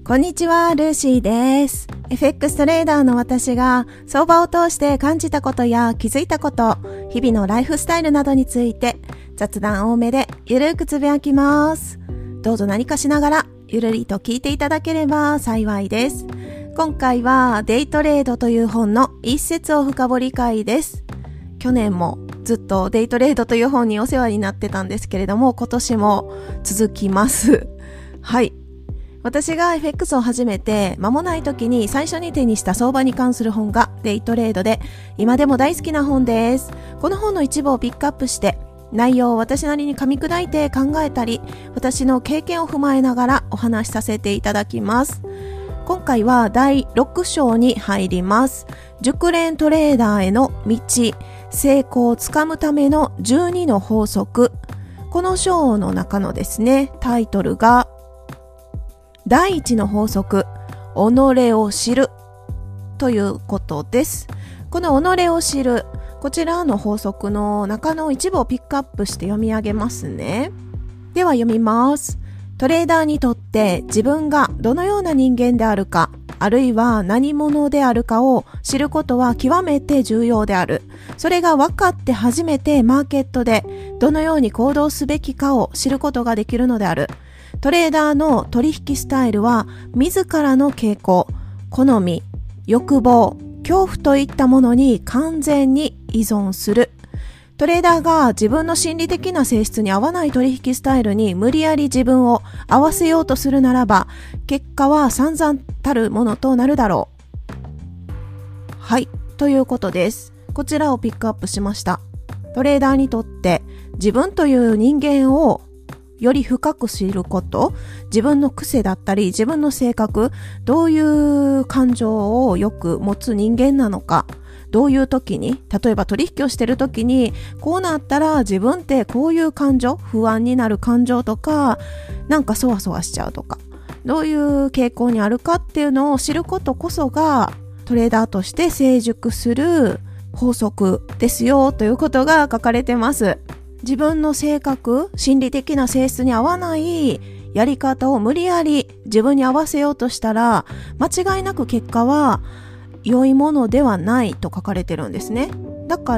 こんにちは、ルーシーです。FX トレーダーの私が相場を通して感じたことや気づいたこと、日々のライフスタイルなどについて雑談多めでゆるくつぶやきます。どうぞ何かしながらゆるりと聞いていただければ幸いです。今回はデイトレードという本の一節を深掘り会です。去年もずっとデイトレードという本にお世話になってたんですけれども、今年も続きます。はい。私が FX を始めて間もない時に最初に手にした相場に関する本がデイトレードで、今でも大好きな本です。この本の一部をピックアップして内容を私なりに噛み砕いて考えたり、私の経験を踏まえながらお話しさせていただきます。今回は第6章に入ります。熟練トレーダーへの道、成功をつかむための12の法則。この章の中のですね、タイトルが第一の法則、己を知るということです。この己を知る、こちらの法則の中の一部をピックアップして読み上げますね。では読みます。トレーダーにとって自分がどのような人間であるか、あるいは何者であるかを知ることは極めて重要である。それが分かって初めてマーケットでどのように行動すべきかを知ることができるのである。トレーダーの取引スタイルは自らの傾向、好み、欲望、恐怖といったものに完全に依存する。トレーダーが自分の心理的な性質に合わない取引スタイルに無理やり自分を合わせようとするならば、結果は散々たるものとなるだろう。はい、ということです。こちらをピックアップしました。トレーダーにとって自分という人間をより深く知ること、自分の癖だったり、自分の性格、どういう感情をよく持つ人間なのか、どういう時に、例えば取引をしてる時に、こうなったら自分ってこういう感情、不安になる感情とか、なんかそわそわしちゃうとか、どういう傾向にあるかっていうのを知ることこそが、トレーダーとして成熟する法則ですよということが書かれてます。自分の性格、心理的な性質に合わないやり方を無理やり自分に合わせようとしたら、間違いなく結果は良いものではないと書かれてるんですね。だから、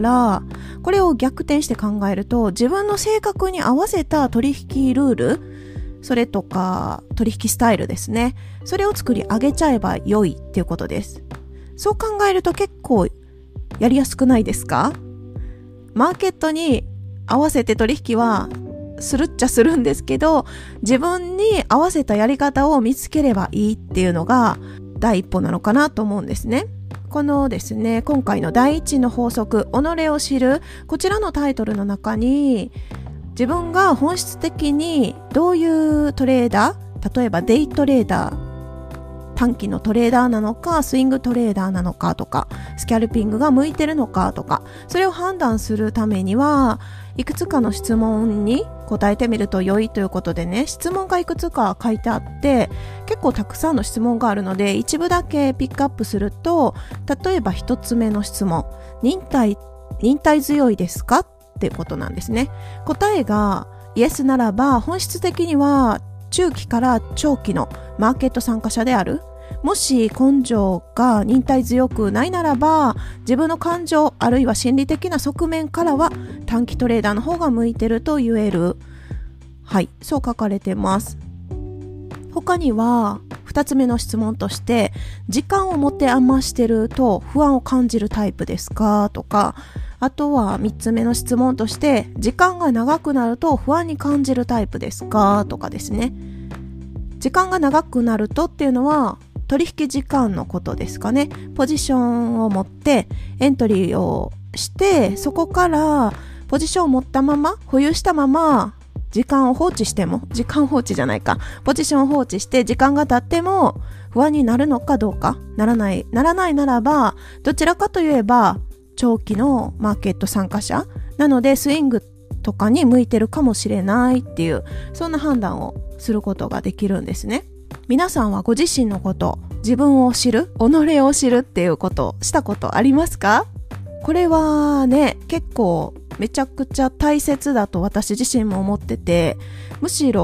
これを逆転して考えると、自分の性格に合わせた取引ルール、それとか取引スタイルですね。それを作り上げちゃえば良いっていうことです。そう考えると結構やりやすくないですか？マーケットに合わせて取引はするっちゃするんですけど、自分に合わせたやり方を見つければいいっていうのが第一歩なのかなと思うんですね。このですね、今回の第一の法則、己を知る、こちらのタイトルの中に、自分が本質的にどういうトレーダー、例えばデイトレーダー、短期のトレーダーなのか、スイングトレーダーなのかとか、スキャルピングが向いてるのかとか、それを判断するためには、いくつかの質問に答えてみると良いということでね、質問がいくつか書いてあって、結構たくさんの質問があるので、一部だけピックアップすると、例えば一つ目の質問、忍耐強いですかっていうことなんですね。答えがイエスならば、本質的には中期から長期のマーケット参加者である。もし根性が忍耐強くないならば、自分の感情あるいは心理的な側面からは短期トレーダーの方が向いてると言える。はい、そう書かれてます。他には2つ目の質問として、時間を持て余してると不安を感じるタイプですかとか、あとは3つ目の質問として、時間が長くなると不安に感じるタイプですかとかですね。時間が長くなるとっていうのは取引時間のことですかね。ポジションを持ってエントリーをして、そこからポジションを持ったまま、保有したまま時間を放置しても、時間放置じゃないか、ポジションを放置して時間が経っても不安になるのかどうか、ならないならば、どちらかといえば長期のマーケット参加者なので、スイングとかに向いてるかもしれないっていう、そんな判断をすることができるんですね。皆さんはご自身のこと、自分を知る、己を知るっていうことしたことありますか？これはね、結構めちゃくちゃ大切だと私自身も思ってて、むしろ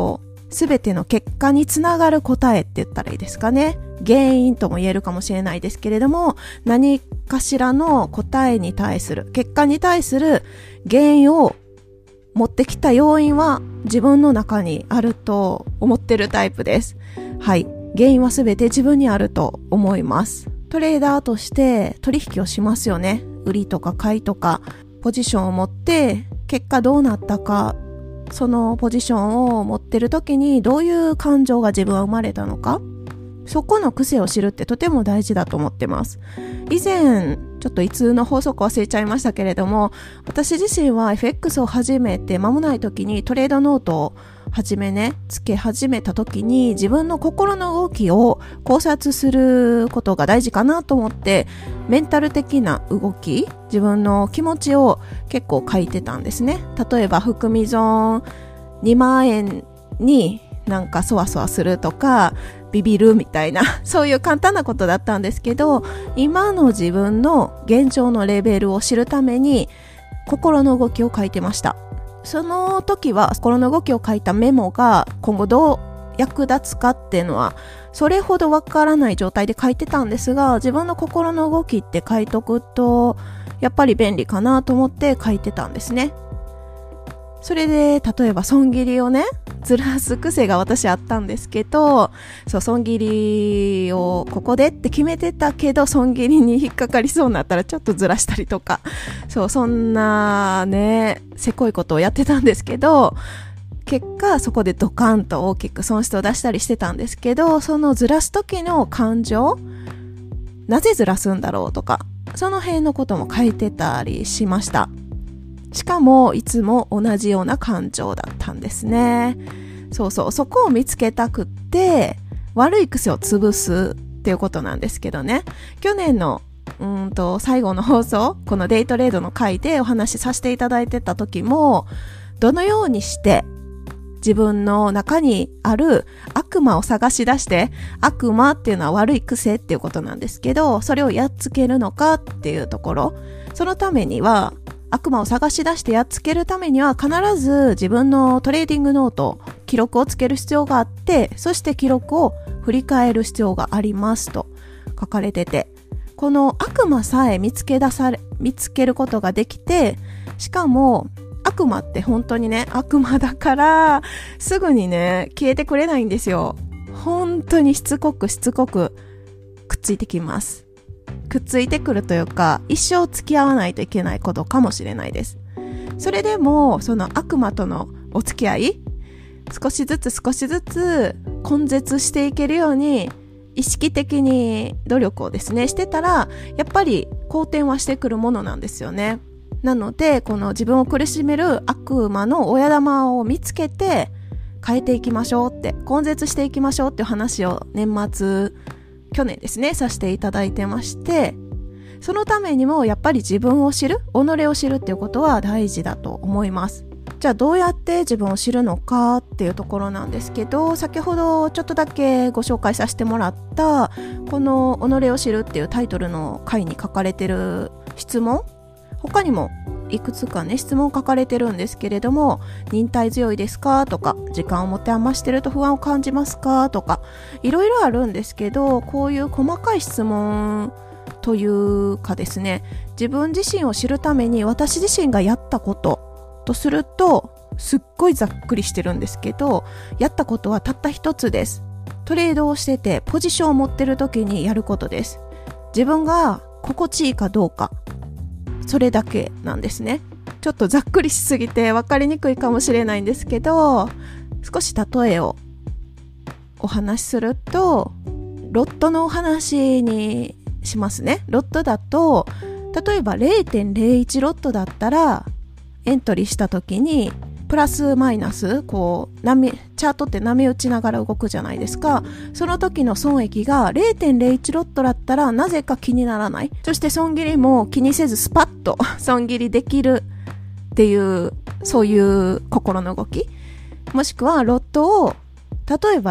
全ての結果につながる答えって言ったらいいですかね。原因とも言えるかもしれないですけれども、何かしらの答えに対する、結果に対する原因を持ってきた要因は自分の中にあると思ってるタイプです。はい。原因は全て自分にあると思います。トレーダーとして取引をしますよね。売りとか買いとか、ポジションを持って結果どうなったか、そのポジションを持ってる時にどういう感情が自分は生まれたのか、そこの癖を知るってとても大事だと思ってます。以前ちょっといつの法則忘れちゃいましたけれども、私自身は FX を始めて間もない時にトレードノートをつけ始めた時に自分の心の動きを考察することが大事かなと思って、メンタル的な動き、自分の気持ちを結構書いてたんですね。例えば含み損2万円になんかそわそわするとかビビるみたいな、そういう簡単なことだったんですけど、今の自分の現状のレベルを知るために心の動きを書いてました。その時は心の動きを書いたメモが今後どう役立つかっていうのはそれほどわからない状態で書いてたんですが、自分の心の動きって書いとくとやっぱり便利かなと思って書いてたんですね。それで例えば損切りをねずらす癖が私あったんですけど、そう損切りをここでって決めてたけど損切りに引っかかりそうになったらちょっとずらしたりとか、そんなねせこいことをやってたんですけど、結果そこでドカンと大きく損失を出したりしてたんですけど、そのずらす時の感情、なぜずらすんだろうとか、その辺のことも書いてたりしました。しかもいつも同じような感情だったんですね。そこを見つけたくって悪い癖を潰すっていうことなんですけどね。去年の最後の放送、このデイトレードの回でお話しさせていただいてた時も、どのようにして自分の中にある悪魔を探し出して、悪魔っていうのは悪い癖っていうことなんですけど、それをやっつけるのかっていうところ、そのためには悪魔を探し出してやっつけるためには必ず自分のトレーディングノート、記録をつける必要があって、そして記録を振り返る必要がありますと書かれてて、この悪魔さえ見つけることができて、しかも悪魔って本当にね悪魔だからすぐにね消えてくれないんですよ。本当にしつこくくっついてきます。くっついてくるというか、一生付き合わないといけないことかもしれないです。それでもその悪魔とのお付き合い、少しずつ根絶していけるように意識的に努力をですねしてたら、やっぱり好転はしてくるものなんですよね。なのでこの自分を苦しめる悪魔の親玉を見つけて変えていきましょうって、根絶していきましょうっていう話を去年ですねさせていただいてまして、そのためにもやっぱり自分を知る、己を知るっていうことは大事だと思います。じゃあどうやって自分を知るのかっていうところなんですけど、先ほどちょっとだけご紹介させてもらったこの己を知るっていうタイトルの回に書かれてる質問、他にもいくつかね質問書かれてるんですけれども、忍耐強いですかとか、時間を持て余してると不安を感じますかとか、いろいろあるんですけど、こういう細かい質問というかですね、自分自身を知るために私自身がやったこととするとすっごいざっくりしてるんですけど、やったことはたった一つです。トレードをしててポジションを持ってる時にやることです。自分が心地いいかどうか、それだけなんですね。ちょっとざっくりしすぎて分かりにくいかもしれないんですけど、少し例えをお話しすると、ロットのお話にしますね。ロットだと例えば 0.01 ロットだったらエントリーした時にプラスマイナスこうチャートって波打ちながら動くじゃないですか。その時の損益が 0.01 ロットだったらなぜか気にならない。そして損切りも気にせずスパッと損切りできるっていう、そういう心の動き。もしくはロットを例えば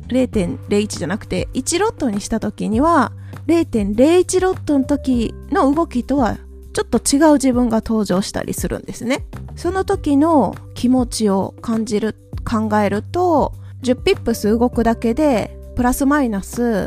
0.01 じゃなくて1ロットにした時には 0.01 ロットの時の動きとはちょっと違う自分が登場したりするんですね。その時の気持ちを考えると 10ピップス動くだけでプラスマイナス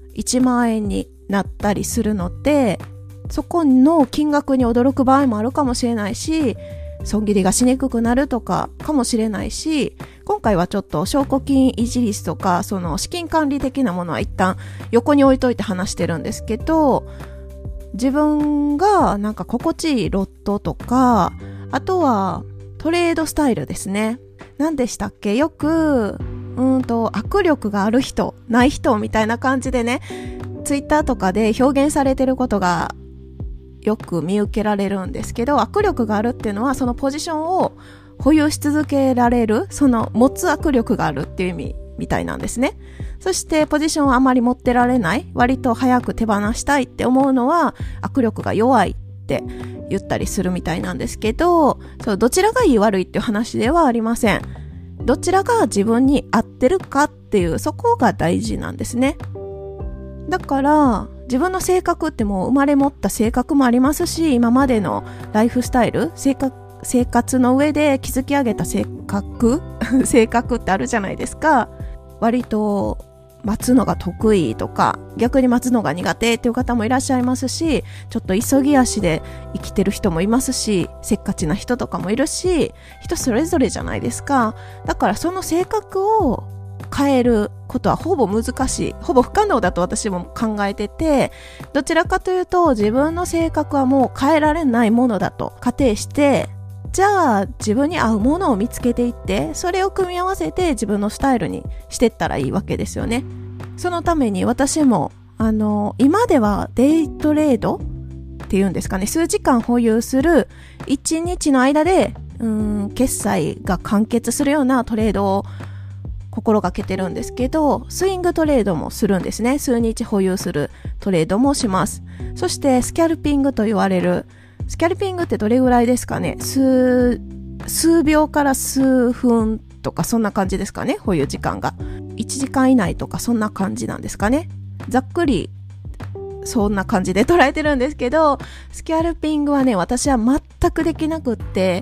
1万円になったりするので、そこの金額に驚く場合もあるかもしれないし、損切りがしにくくなるとかかもしれないし、今回はちょっと証拠金維持率とかその資金管理的なものは一旦横に置いといて話してるんですけど、自分がなんか心地いいロットとか、あとはトレードスタイルですね。何でしたっけ、よく握力がある人ない人みたいな感じでね、ツイッターとかで表現されてることがよく見受けられるんですけど、握力があるっていうのはそのポジションを保有し続けられる、その持つ握力があるっていう意味みたいなんですね。そしてポジションをあまり持ってられない、割と早く手放したいって思うのは握力が弱いって言ったりするみたいなんですけど、そう、どちらがいい悪いっていう話ではありません。どちらが自分に合ってるかっていう、そこが大事なんですね。だから自分の性格ってもう生まれ持った性格もありますし、今までのライフスタイル、生活の上で築き上げた性格ってあるじゃないですか。割と待つのが得意とか、逆に待つのが苦手っていう方もいらっしゃいますし、ちょっと急ぎ足で生きてる人もいますし、せっかちな人とかもいるし、人それぞれじゃないですか。だからその性格を変えることはほぼ難しい、ほぼ不可能だと私も考えてて、どちらかというと自分の性格はもう変えられないものだと仮定して、じゃあ自分に合うものを見つけていって、それを組み合わせて自分のスタイルにしていったらいいわけですよね。そのために私も今ではデイトレードっていうんですかね、数時間保有する1日の間で決済が完結するようなトレードを心がけてるんですけど、スイングトレードもするんですね。数日保有するトレードもします。そしてスキャルピングと言われる、スキャルピングってどれぐらいですかね、数秒から数分とかそんな感じですかね、保有時間が1時間以内とかそんな感じなんですかね。ざっくりそんな感じで捉えてるんですけど、スキャルピングはね、私は全くできなくって、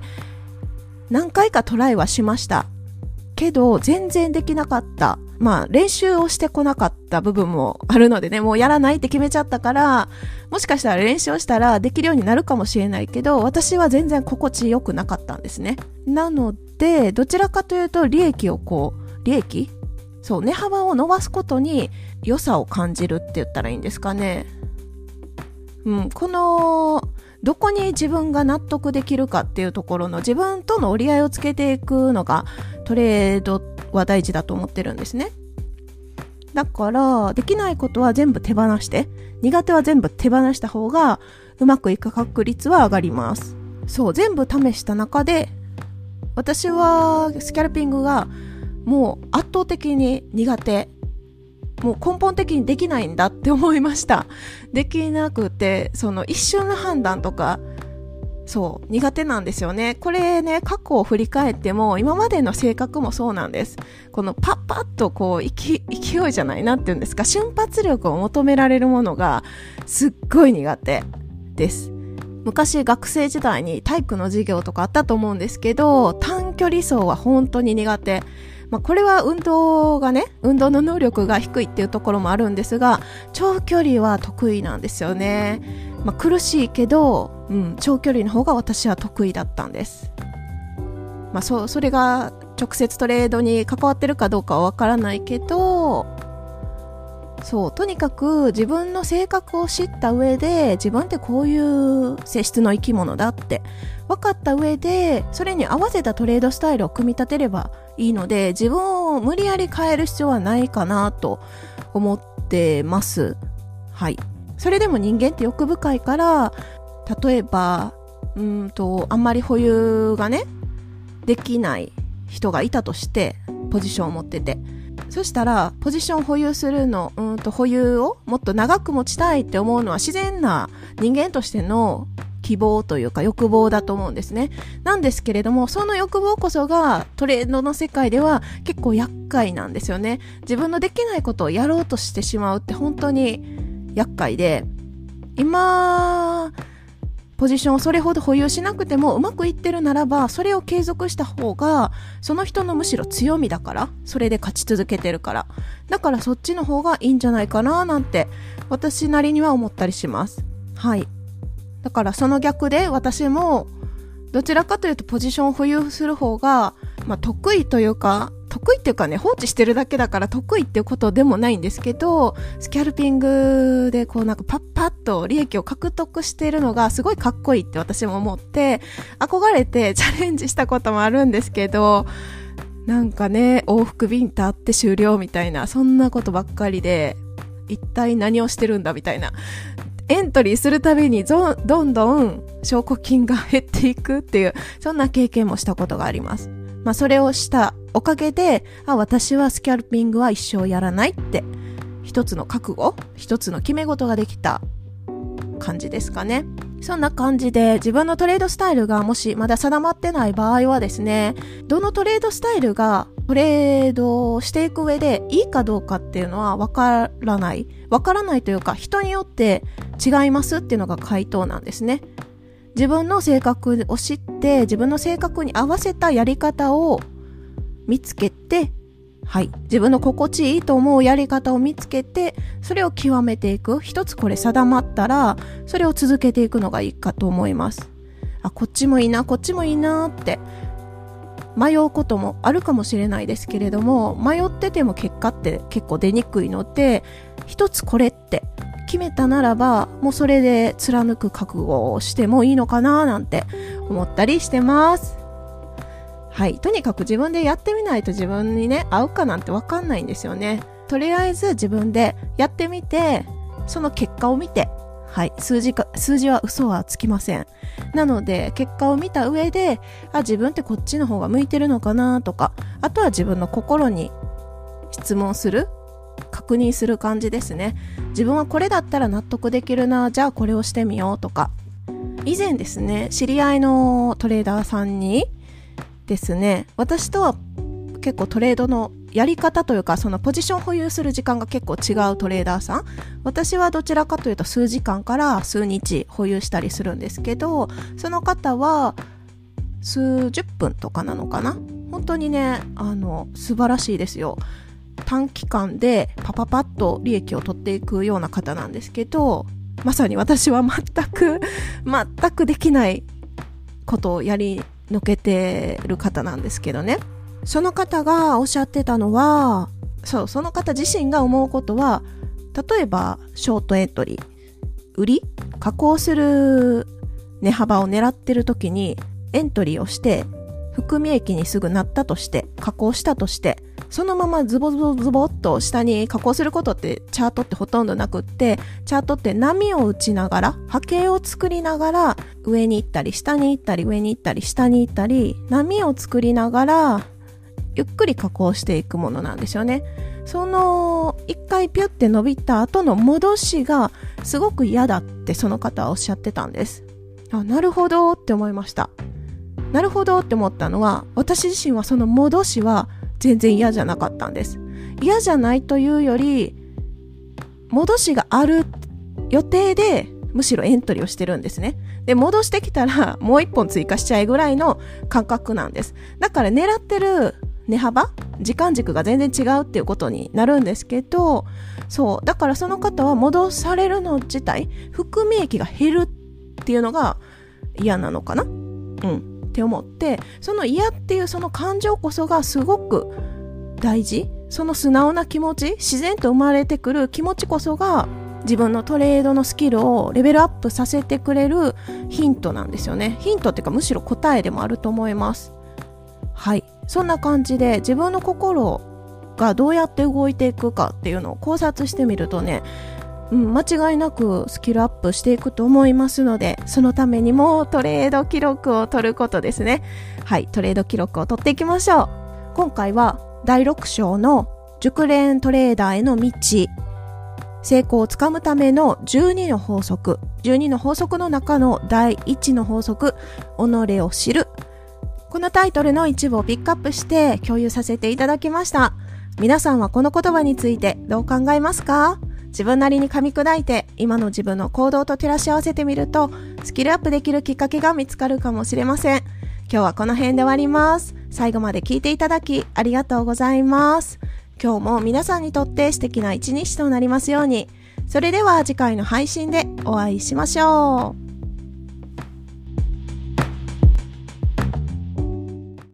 何回かトライはしましたけど全然できなかった。練習をしてこなかった部分もあるのでね、もうやらないって決めちゃったから、もしかしたら練習をしたらできるようになるかもしれないけど、私は全然心地よくなかったんですね。なのでどちらかというと値幅を伸ばすことに良さを感じるって言ったらいいんですかね。このどこに自分が納得できるかっていうところの自分との折り合いをつけていくのがトレードは大事だと思ってるんですね。だからできないことは全部手放して、苦手は全部手放した方がうまくいく確率は上がります。そう、全部試した中で私はスキャルピングがもう圧倒的に苦手、もう根本的にできないんだって思いました。できなくて、その一瞬の判断とか苦手なんですよね。これね、過去を振り返っても今までの性格もそうなんです。このパッパッと勢いじゃないなっていうんですか、瞬発力を求められるものがすっごい苦手です。昔学生時代に体育の授業とかあったと思うんですけど、短距離走は本当に苦手。これは運動の能力が低いっていうところもあるんですが、長距離は得意なんですよね。苦しいけど、長距離の方が私は得意だったんです。それが直接トレードに関わってるかどうかはわからないけど、とにかく自分の性格を知った上で、自分ってこういう性質の生き物だって分かった上で、それに合わせたトレードスタイルを組み立てればいいので、自分を無理やり変える必要はないかなと思ってます。はい。それでも人間って欲深いから、例えばあんまり保有がねできない人がいたとして、ポジションを持ってて、そしたらポジションを保有するの保有をもっと長く持ちたいって思うのは自然な人間としての希望というか欲望だと思うんですね。なんですけれども、その欲望こそがトレードの世界では結構厄介なんですよね。自分のできないことをやろうとしてしまうって本当に厄介で、今ポジションをそれほど保有しなくてもうまくいってるならば、それを継続した方がその人のむしろ強みだから、それで勝ち続けてるから、だからそっちの方がいいんじゃないかななんて私なりには思ったりします。はい。だからその逆で、私もどちらかというとポジションを保有する方が、得意っていうかね、放置してるだけだから得意っていうことでもないんですけど、スキャルピングでこうなんかパッと利益を獲得しているのがすごいかっこいいって私も思って、憧れてチャレンジしたこともあるんですけど、なんかね、往復ビンタあって終了みたいな、そんなことばっかりで、一体何をしてるんだみたいな。エントリーするたびにどんどん証拠金が減っていくっていう、そんな経験もしたことがあります。それをしたおかげで、私はスキャルピングは一生やらないって、一つの覚悟、一つの決め事ができた感じですかね。そんな感じで、自分のトレードスタイルがもしまだ定まってない場合はですね、どのトレードスタイルがトレードをしていく上でいいかどうかっていうのはわからないというか、人によって違いますっていうのが回答なんですね。自分の性格を知って、自分の性格に合わせたやり方を見つけて、はい、自分の心地いいと思うやり方を見つけて、それを極めていく。一つこれ定まったら、それを続けていくのがいいかと思います。こっちもいいな、こっちもいいなって迷うこともあるかもしれないですけれども、迷ってても結果って結構出にくいので、一つこれって決めたならば、もうそれで貫く覚悟をしてもいいのかななんて思ったりしてます。はい。とにかく自分でやってみないと自分にね、合うかなんてわかんないんですよね。とりあえず自分でやってみて、その結果を見て、はい。数字は嘘はつきません。なので、結果を見た上で、自分ってこっちの方が向いてるのかなとか、あとは自分の心に質問する、確認する感じですね。自分はこれだったら納得できるな、じゃあこれをしてみようとか。以前ですね、知り合いのトレーダーさんにですね、私とは結構トレードのやり方というか、そのポジション保有する時間が結構違うトレーダーさん。私はどちらかというと数時間から数日保有したりするんですけど、その方は数十分とかなのかな。本当にね、素晴らしいですよ。短期間でパッと利益を取っていくような方なんですけど、まさに私は全くできないことをやりのけてる方なんですけどね。その方がおっしゃってたのは、その方自身が思うことは、例えばショートエントリー、売り加工する値幅を狙ってる時にエントリーをして、含み益にすぐなったとして、加工したとして、そのままズボっと下に加工することってチャートってほとんどなくって、チャートって波を打ちながら、波形を作りながら、上に行ったり下に行ったり上に行ったり下に行ったり、波を作りながらゆっくり加工していくものなんですよね。その一回ピュって伸びた後の戻しがすごく嫌だってその方はおっしゃってたんです。なるほどって思いました。なるほどって思ったのは、私自身はその戻しは全然嫌じゃなかったんです。嫌じゃないというより、戻しがある予定でむしろエントリーをしてるんですね。で、戻してきたらもう一本追加しちゃえぐらいの感覚なんです。だから狙ってる値幅、時間軸が全然違うっていうことになるんですけど、そう。だからその方は戻されるの自体、含み益が減るっていうのが嫌なのかな？って思って、その嫌っていうその感情こそがすごく大事。その素直な気持ち、自然と生まれてくる気持ちこそが自分のトレードのスキルをレベルアップさせてくれるヒントなんですよね。ヒントっていうかむしろ答えでもあると思います。はい。そんな感じで自分の心がどうやって動いていくかっていうのを考察してみるとね、間違いなくスキルアップしていくと思いますので、そのためにもトレード記録を取ることですね。はい、トレード記録を取っていきましょう。今回は第6章の熟練トレーダーへの道、成功をつかむための12の法則、12の法則の中の第1の法則、己を知る。このタイトルの一部をピックアップして共有させていただきました。皆さんはこの言葉についてどう考えますか？自分なりに噛み砕いて今の自分の行動と照らし合わせてみるとスキルアップできるきっかけが見つかるかもしれません。今日はこの辺で終わります。最後まで聞いていただきありがとうございます。今日も皆さんにとって素敵な一日となりますように。それでは次回の配信でお会いしましょう。